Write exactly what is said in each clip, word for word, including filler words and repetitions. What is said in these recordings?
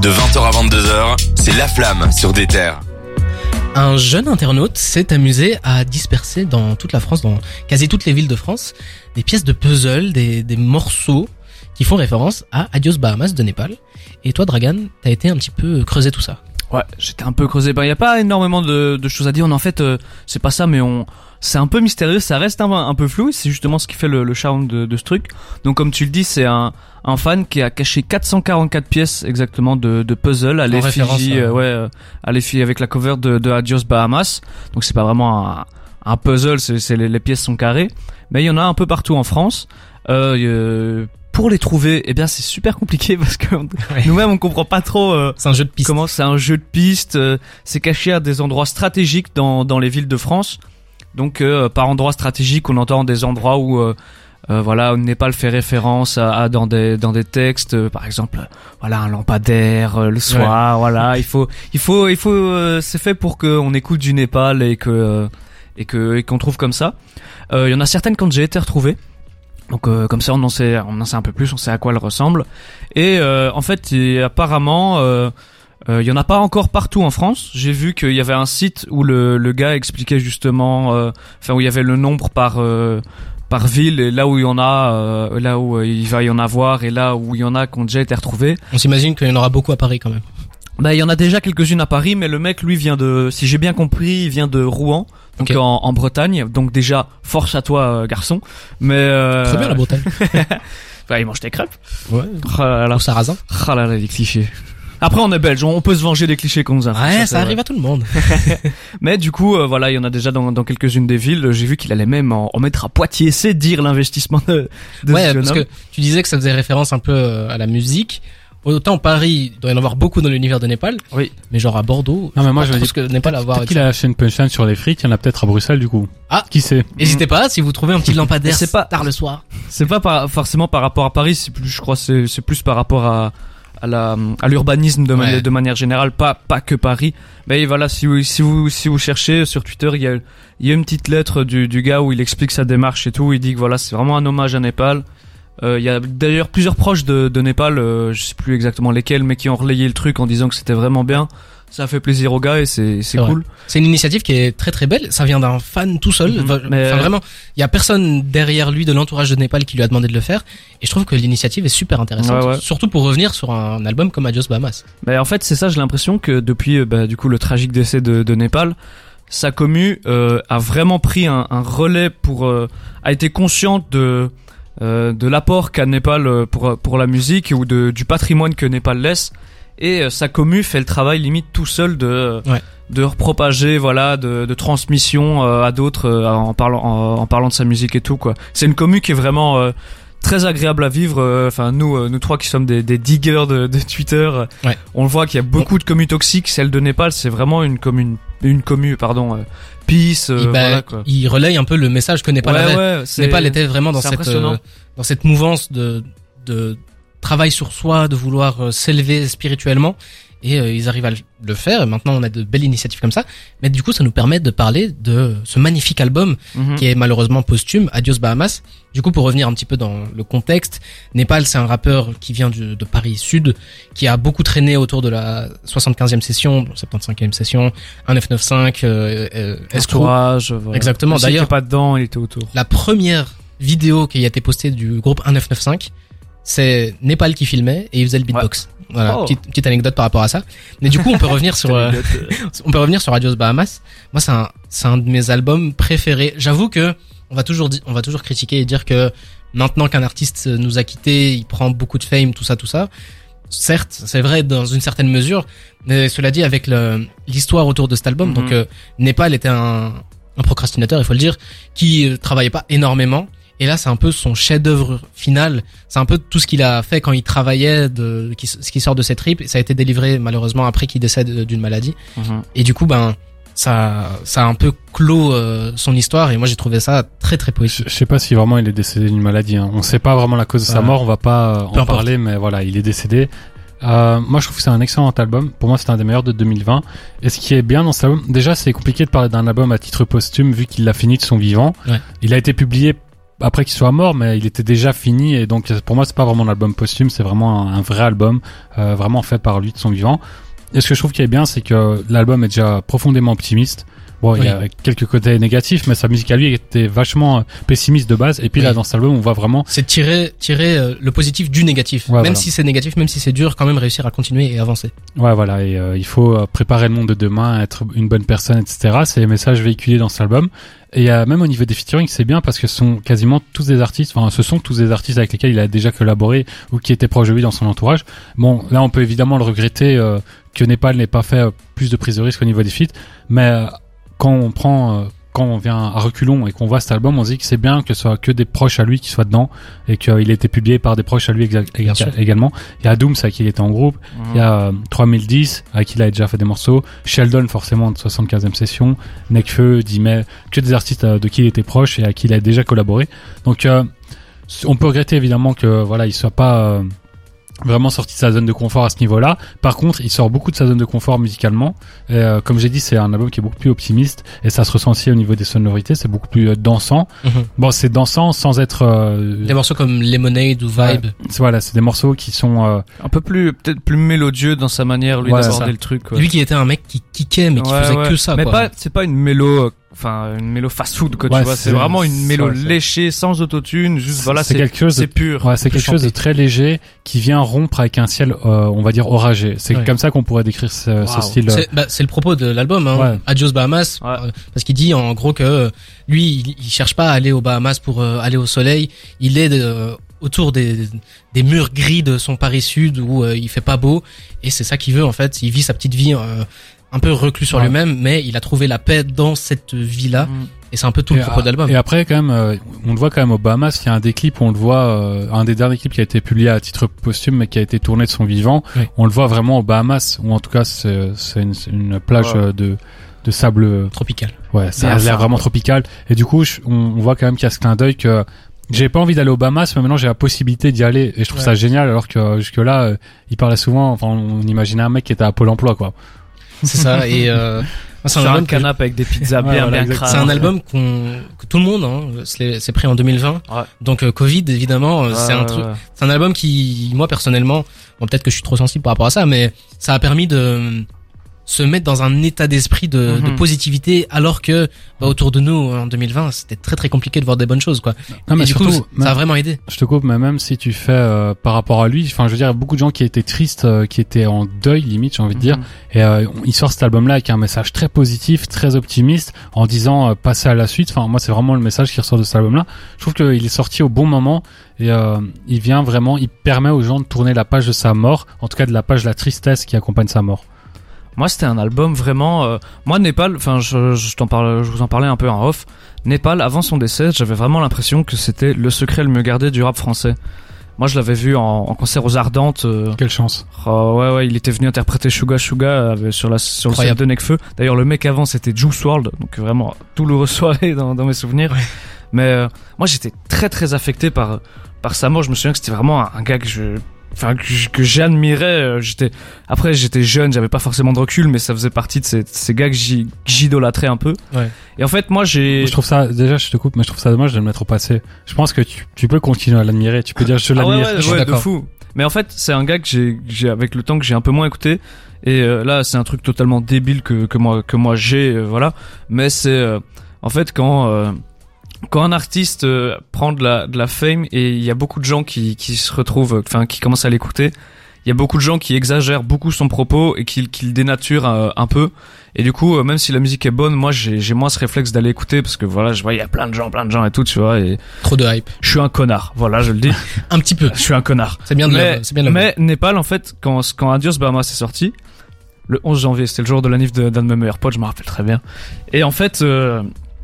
De vingt heures à vingt-deux heures, c'est La Flamme sur des terres. Un jeune internaute s'est amusé à disperser dans toute la France, dans quasi toutes les villes de France, des pièces de puzzle, des, des morceaux qui font référence à Adios Bahamas de Népal. Et toi, Dragan, t'as été un petit peu creuser tout ça. Ouais, j'étais un peu creusé. Ben, y a pas énormément de, de choses à dire. En fait, euh, c'est pas ça, mais on, c'est un peu mystérieux. Ça reste un, un peu flou. C'est justement ce qui fait le, le charme de, de ce truc. Donc, comme tu le dis, c'est un, un fan qui a caché quatre cent quarante-quatre pièces exactement de, de puzzle à l'effigie, euh, ouais, euh, à l'effigie avec la cover de, de Adios Bahamas. Donc, c'est pas vraiment un, un puzzle. C'est, c'est les, les pièces sont carrées, mais il y en a un peu partout en France. Euh, euh Pour les trouver, eh bien c'est super compliqué parce que ouais. nous-mêmes on comprend pas trop. Euh, c'est un jeu de piste. Comment c'est un jeu de piste. Euh, c'est caché à des endroits stratégiques dans dans les villes de France. Donc euh, par endroits stratégiques, on entend des endroits où euh, euh, voilà, on Népal fait référence à, à dans des dans des textes, euh, par exemple, euh, voilà un lampadaire euh, le soir. Ouais. Voilà, il faut il faut il faut. Euh, c'est fait pour que on écoute du Népal et que euh, et que et qu'on trouve comme ça. Il euh, y en a certaines qui ont déjà été retrouvées. Donc euh, comme ça on en sait on en sait un peu plus, on sait à quoi elle ressemble. Et euh, en fait et apparemment euh, euh, il y en a pas encore partout en France. J'ai vu qu'il y avait un site où le le gars expliquait justement euh, enfin où il y avait le nombre par euh, par ville, et là où il y en a euh, là où il va y en avoir et là où il y en a qui ont déjà été retrouvés. On s'imagine qu'il y en aura beaucoup à Paris quand même. Bah il y en a déjà quelques-unes à Paris, mais le mec lui vient de, si j'ai bien compris, il vient de Rouen, donc okay. en, en Bretagne. Donc déjà force à toi euh, garçon. Mais euh... très bien la Bretagne. Bah il mange des crêpes. Ouais. Oh là là. Au sarrasin. Oh là là les clichés. Après on est belge, on peut se venger des clichés qu'on nous a. Ouais, ça, ça arrive vrai. À tout le monde. Mais du coup euh, voilà, il y en a déjà dans, dans quelques-unes des villes. J'ai vu qu'il allait même en, en mettre à Poitiers, c'est dire l'investissement de, de ouais, ce jeune parce homme. Que tu disais que ça faisait référence un peu à la musique. Autant Paris, il doit y en avoir beaucoup dans l'univers de Népal. Oui. Mais genre à Bordeaux. Non, mais moi, je veux dire que Népal à voir. Peut-être qu'il a lâché une punchline sur les frites, il y en a peut-être à Bruxelles, du coup. Ah. Qui sait? N'hésitez pas, si vous trouvez un petit lampadaire. C'est pas tard le soir. C'est pas par, forcément par rapport à Paris, c'est plus, je crois, c'est, c'est plus par rapport à, à la, à l'urbanisme de, ouais. manière, de manière générale, pas, pas que Paris. Mais voilà, si vous, si vous, si vous cherchez sur Twitter, il y a, il y a une petite lettre du, du gars où il explique sa démarche et tout. Il dit que voilà, c'est vraiment un hommage à Népal. Il euh, y a d'ailleurs plusieurs proches de, de Népal, euh, je sais plus exactement lesquels, mais qui ont relayé le truc en disant que c'était vraiment bien. Ça fait plaisir aux gars et c'est, c'est, c'est cool. C'est une initiative qui est très très belle. Ça vient d'un fan tout seul. Mmh, mais enfin, vraiment, il y a personne derrière lui de l'entourage de Népal qui lui a demandé de le faire. Et je trouve que l'initiative est super intéressante. Ouais, ouais. Surtout pour revenir sur un album comme Adios Bahamas. Mais en fait, c'est ça, j'ai l'impression que depuis, bah, du coup, le tragique décès de, de Népal, sa commu, euh, a vraiment pris un, un relais pour, euh, a été consciente de, Euh, de l'apport qu'a Népal euh, pour pour la musique ou de du patrimoine que Népal laisse, et euh, sa commu fait le travail limite tout seul de ouais. de repropager, voilà, de de transmission euh, à d'autres euh, en parlant en, en parlant de sa musique et tout quoi. C'est une commu qui est vraiment euh, très agréable à vivre. Enfin euh, nous euh, nous trois qui sommes des des diggers de, de Twitter, ouais. on le voit qu'il y a beaucoup de communes toxiques. Celle de Népal, c'est vraiment une commune une commu pardon euh, peace, euh, il, bah, voilà, quoi. Il relaye un peu le message que Népal ouais, avait. Ouais, Népal était vraiment dans cette euh, dans cette mouvance de de travail sur soi, de vouloir euh, s'élever spirituellement, et euh, ils arrivent à le faire. Et maintenant, on a de belles initiatives comme ça. Mais du coup, ça nous permet de parler de ce magnifique album mm-hmm. qui est malheureusement posthume, Adios Bahamas. Du coup, pour revenir un petit peu dans le contexte, Népal, c'est un rappeur qui vient du, de Paris Sud, qui a beaucoup traîné autour de la soixante-quinzième session, soixante-quinzième session, un neuf neuf cinq, euh, euh, Entourage, voilà. Exactement. D'ailleurs, il était pas dedans, il était autour. La première vidéo qui a été postée du groupe un neuf neuf cinq, c'est Népal qui filmait et il faisait le beatbox. Ouais. Voilà, oh. petite, petite anecdote par rapport à ça. Mais du coup, on peut revenir sur, euh, on peut revenir sur Adios Bahamas. Moi, c'est un, c'est un de mes albums préférés. J'avoue que on va toujours dire, on va toujours critiquer et dire que maintenant qu'un artiste nous a quittés, il prend beaucoup de fame, tout ça, tout ça. Certes, c'est vrai dans une certaine mesure, mais cela dit, avec le, l'histoire autour de cet album, mm-hmm. donc euh, Népal était un, un procrastinateur, il faut le dire, qui euh, travaillait pas énormément. Et là, c'est un peu son chef-d'œuvre final. C'est un peu tout ce qu'il a fait quand il travaillait, de, qui, ce qui sort de cette trip. Et ça a été délivré malheureusement après qu'il décède d'une maladie. Mm-hmm. Et du coup, ben, ça, ça a un peu clos euh, son histoire. Et moi, j'ai trouvé ça très très poétique. Je, je sais pas si vraiment il est décédé d'une maladie. Hein. On sait pas vraiment la cause de sa mort. On va pas en importe. parler, mais voilà, il est décédé. Euh, moi, je trouve que c'est un excellent album. Pour moi, c'est un des meilleurs de deux mille vingt. Et ce qui est bien dans cet album, déjà, c'est compliqué de parler d'un album à titre posthume vu qu'il l'a fini de son vivant. Ouais. Il a été publié après qu'il soit mort, mais il était déjà fini, et donc pour moi c'est pas vraiment un album posthume, c'est vraiment un, un vrai album, euh, vraiment fait par lui de son vivant. Et ce que je trouve qui est bien, c'est que l'album est déjà profondément optimiste. Bon, oui. Il y a quelques côtés négatifs, mais sa musique à lui était vachement pessimiste de base. Et puis oui. là, dans cet album, on voit vraiment... C'est tirer, tirer euh, le positif du négatif. Ouais, même voilà. si c'est négatif, même si c'est dur, quand même réussir à continuer et avancer. Ouais, voilà. Et euh, il faut préparer le monde de demain, être une bonne personne, et cetera. C'est les messages véhiculés dans cet album. Et euh, même au niveau des featuring, c'est bien parce que ce sont quasiment tous des artistes, enfin, ce sont tous des artistes avec lesquels il a déjà collaboré ou qui étaient proches de lui dans son entourage. Bon, là, on peut évidemment le regretter euh, que Népal n'ait pas fait euh, plus de prise de risque au niveau des feats, mais... Euh, quand on prend, euh, quand on vient à reculons et qu'on voit cet album, on se dit que c'est bien que ce soit que des proches à lui qui soient dedans et qu'il ait été publié par des proches à lui exa- exa- également. Il y a Dooms avec qui il était en groupe, mmh. il y a euh, trois mille dix avec qui il a déjà fait des morceaux, Sheldon forcément de soixante-quinzième session, Nekfeu, Dimet, que des artistes euh, de qui il était proche et à qui il a déjà collaboré. Donc euh, on peut regretter évidemment que voilà, il soit pas euh, vraiment sorti de sa zone de confort à ce niveau-là. Par contre, il sort beaucoup de sa zone de confort musicalement. Et, euh, comme j'ai dit, c'est un album qui est beaucoup plus optimiste et ça se ressent aussi au niveau des sonorités. C'est beaucoup plus euh, dansant. Mm-hmm. Bon, c'est dansant sans être... Euh, des morceaux comme Lemonade ou Vibe. Ouais, c'est, voilà, c'est des morceaux qui sont... Euh, un peu plus, peut-être plus mélodieux dans sa manière, lui, ouais, d'aborder le truc. Quoi. Lui qui était un mec qui kickait, mais qui ouais, faisait ouais. que ça. Mais quoi. pas, c'est pas une mélo... Enfin, une mélo fast-food, quoi, ouais, tu vois. C'est, c'est vraiment une mélo ouais, léchée, sans autotune, juste, c'est, voilà, c'est, c'est quelque chose, c'est pur. Ouais, c'est quelque chanté. chose de très léger, qui vient rompre avec un ciel, euh, on va dire, oragé. C'est ouais. comme ça qu'on pourrait décrire ce, wow. ce style. C'est, bah, c'est le propos de l'album, hein. Ouais. Adios Bahamas. Ouais. Euh, parce qu'il dit, en gros, que, euh, lui, il, il cherche pas à aller aux Bahamas pour euh, aller au soleil. Il est, euh, autour des, des murs gris de son Paris Sud où euh, il fait pas beau. Et c'est ça qu'il veut, en fait. Il vit sa petite vie, euh, un peu reclus sur ouais. lui-même, mais il a trouvé la paix dans cette vie-là. Mmh. Et c'est un peu tout et le propos à, de l'album. Et après, quand même, euh, on le voit quand même aux Bahamas. Il y a un des clips où on le voit, euh, un des derniers clips qui a été publié à titre posthume, mais qui a été tourné de son vivant. Oui. On le voit vraiment aux Bahamas, ou en tout cas, c'est, c'est une, une plage ouais. de, de sable tropical. Ouais, ça a l'air vraiment tropical. Et du coup, je, on, on voit quand même qu'il y a ce clin d'œil que j'ai pas envie d'aller aux Bahamas, mais maintenant j'ai la possibilité d'y aller. Et je trouve ouais. ça génial, alors que jusque là, euh, il parlait souvent. Enfin, on imaginait un mec qui était à Pôle Emploi, quoi. C'est ça. Et euh, c'est un sur album un canapé avec des pizzas bien, ouais, voilà, bien crades. C'est un album qu'on, que tout le monde, hein, c'est, c'est pris en deux mille vingt. Ouais. Donc euh, Covid, évidemment, ouais, c'est un ouais, truc. Ouais. C'est un album qui, moi personnellement, bon peut-être que je suis trop sensible par rapport à ça, mais ça a permis de se mettre dans un état d'esprit de, mm-hmm. de positivité, alors que bah, autour de nous en deux mille vingt, c'était très très compliqué de voir des bonnes choses, quoi. Non, mais et du surtout, coup, ça même, a vraiment aidé. Je te coupe, mais même si tu fais euh, par rapport à lui, enfin, je veux dire, il y a beaucoup de gens qui étaient tristes, euh, qui étaient en deuil limite, j'ai envie de dire, mm-hmm. et euh, il sort cet album-là avec un message très positif, très optimiste, en disant euh, passer à la suite. Enfin, moi, c'est vraiment le message qui ressort de cet album-là. Je trouve qu'il est sorti au bon moment. Et euh, il vient vraiment, il permet aux gens de tourner la page de sa mort, en tout cas de la page de la tristesse qui accompagne sa mort. Moi, c'était un album vraiment. Euh, moi, Népal, enfin, je, je t'en parle, je vous en parlais un peu en off. Népal, avant son décès, j'avais vraiment l'impression que c'était le secret le mieux gardé du rap français. Moi, je l'avais vu en, en concert aux Ardentes. Euh, Quelle chance. Oh, ouais, ouais, il était venu interpréter Suga Suga euh, sur la sur le set de Nekfeu. D'ailleurs, le mec avant, c'était Juice world, donc vraiment douloureuse soirée dans, dans mes souvenirs. Ouais. Mais euh, moi, j'étais très très affecté par par sa mort. Je me souviens que c'était vraiment un, un gars que je enfin que, que j'admirais. J'étais après j'étais jeune, j'avais pas forcément de recul, mais ça faisait partie de ces, ces gars que j'y, j'idolâtrais un peu. Ouais. Et en fait, moi j'ai je trouve ça déjà je te coupe, mais je trouve ça dommage de le mettre au passé. Je pense que tu tu peux continuer à l'admirer, tu peux dire je l'admire. Ah ouais, ouais, je ouais, de fou. Mais en fait, c'est un gars que j'ai j'ai avec le temps que j'ai un peu moins écouté. Et euh, là, c'est un truc totalement débile que que moi que moi j'ai euh, voilà. Mais c'est euh, en fait quand euh, quand un artiste euh, prend de la de la fame et il y a beaucoup de gens qui qui se retrouvent, enfin qui commencent à l'écouter, il y a beaucoup de gens qui exagèrent beaucoup son propos et qui qui le dénaturent euh, un peu. Et du coup, euh, même si la musique est bonne, moi j'ai j'ai moins ce réflexe d'aller écouter parce que voilà, je vois il y a plein de gens, plein de gens et tout, tu vois. Et trop de hype. Je suis un connard, voilà, je le dis. Un petit peu. Je suis un connard. C'est bien de mais, la, c'est bien de la mais Népal, en fait, quand quand Adios Bahamas est sorti, le onze janvier, c'était le jour de la nif de, d'un de mes meilleurs potes, je me rappelle très bien. Et en fait. Euh,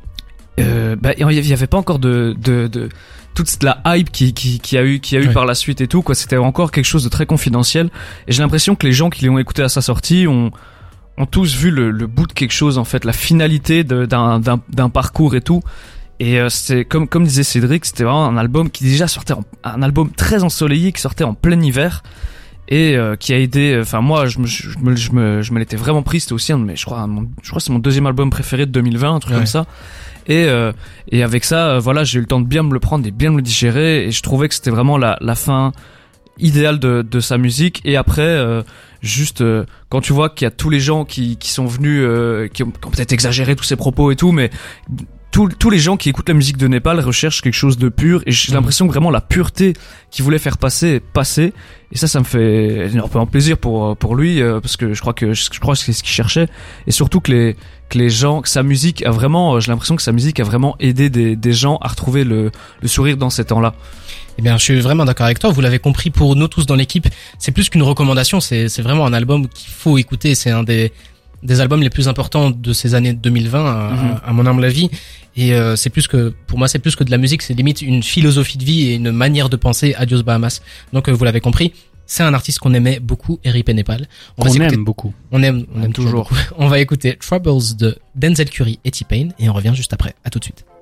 Euh, bah, il y avait pas encore de, de, de toute la hype qui, qui, qui a eu, qui a eu ouais. par la suite et tout, quoi. C'était encore quelque chose de très confidentiel. Et j'ai l'impression que les gens qui l'ont écouté à sa sortie ont, ont tous vu le, le bout de quelque chose, en fait, la finalité de, d'un, d'un, d'un parcours et tout. Et euh, c'est comme, comme disait Cédric, c'était vraiment un album qui déjà sortait en, un album très ensoleillé qui sortait en plein hiver. Et euh, qui a aidé, enfin moi je me je me je me je me l'étais vraiment pris, c'était aussi un de mes, je crois mon, je crois que c'est mon deuxième album préféré de deux mille vingt, un truc ouais. comme ça. Et euh, et avec ça, euh, voilà, j'ai eu le temps de bien me le prendre et bien me le digérer. Et je trouvais que c'était vraiment la la fin idéale de de sa musique. Et après, euh, juste euh, quand tu vois qu'il y a tous les gens qui qui sont venus, euh, qui ont, qui ont peut-être exagéré tous ses propos et tout, mais tous tous les gens qui écoutent la musique de Népal recherchent quelque chose de pur. Et j'ai l'impression que vraiment la pureté qu'il voulait faire passer est passée. Et ça, ça me fait énormément plaisir pour pour lui, euh, parce que je crois que je crois que c'est ce qu'il cherchait. Et surtout que les que les gens, que sa musique a vraiment, j'ai l'impression que sa musique a vraiment aidé des des gens à retrouver le le sourire dans ces temps-là. Eh bien, je suis vraiment d'accord avec toi. Vous l'avez compris, pour nous tous dans l'équipe, c'est plus qu'une recommandation. C'est c'est vraiment un album qu'il faut écouter. C'est un des des albums les plus importants de ces années deux mille vingt, à, mm-hmm. à mon humble avis. Et euh, c'est plus que, pour moi, c'est plus que de la musique. C'est limite une philosophie de vie et une manière de penser. Adios Bahamas. Donc, euh, vous l'avez compris. C'est un artiste qu'on aimait beaucoup, Eric Népal. On, on aime beaucoup. On aime, on, on aime toujours. toujours. On va écouter Troubles de Denzel Curry et T-Pain et on revient juste après. À tout de suite.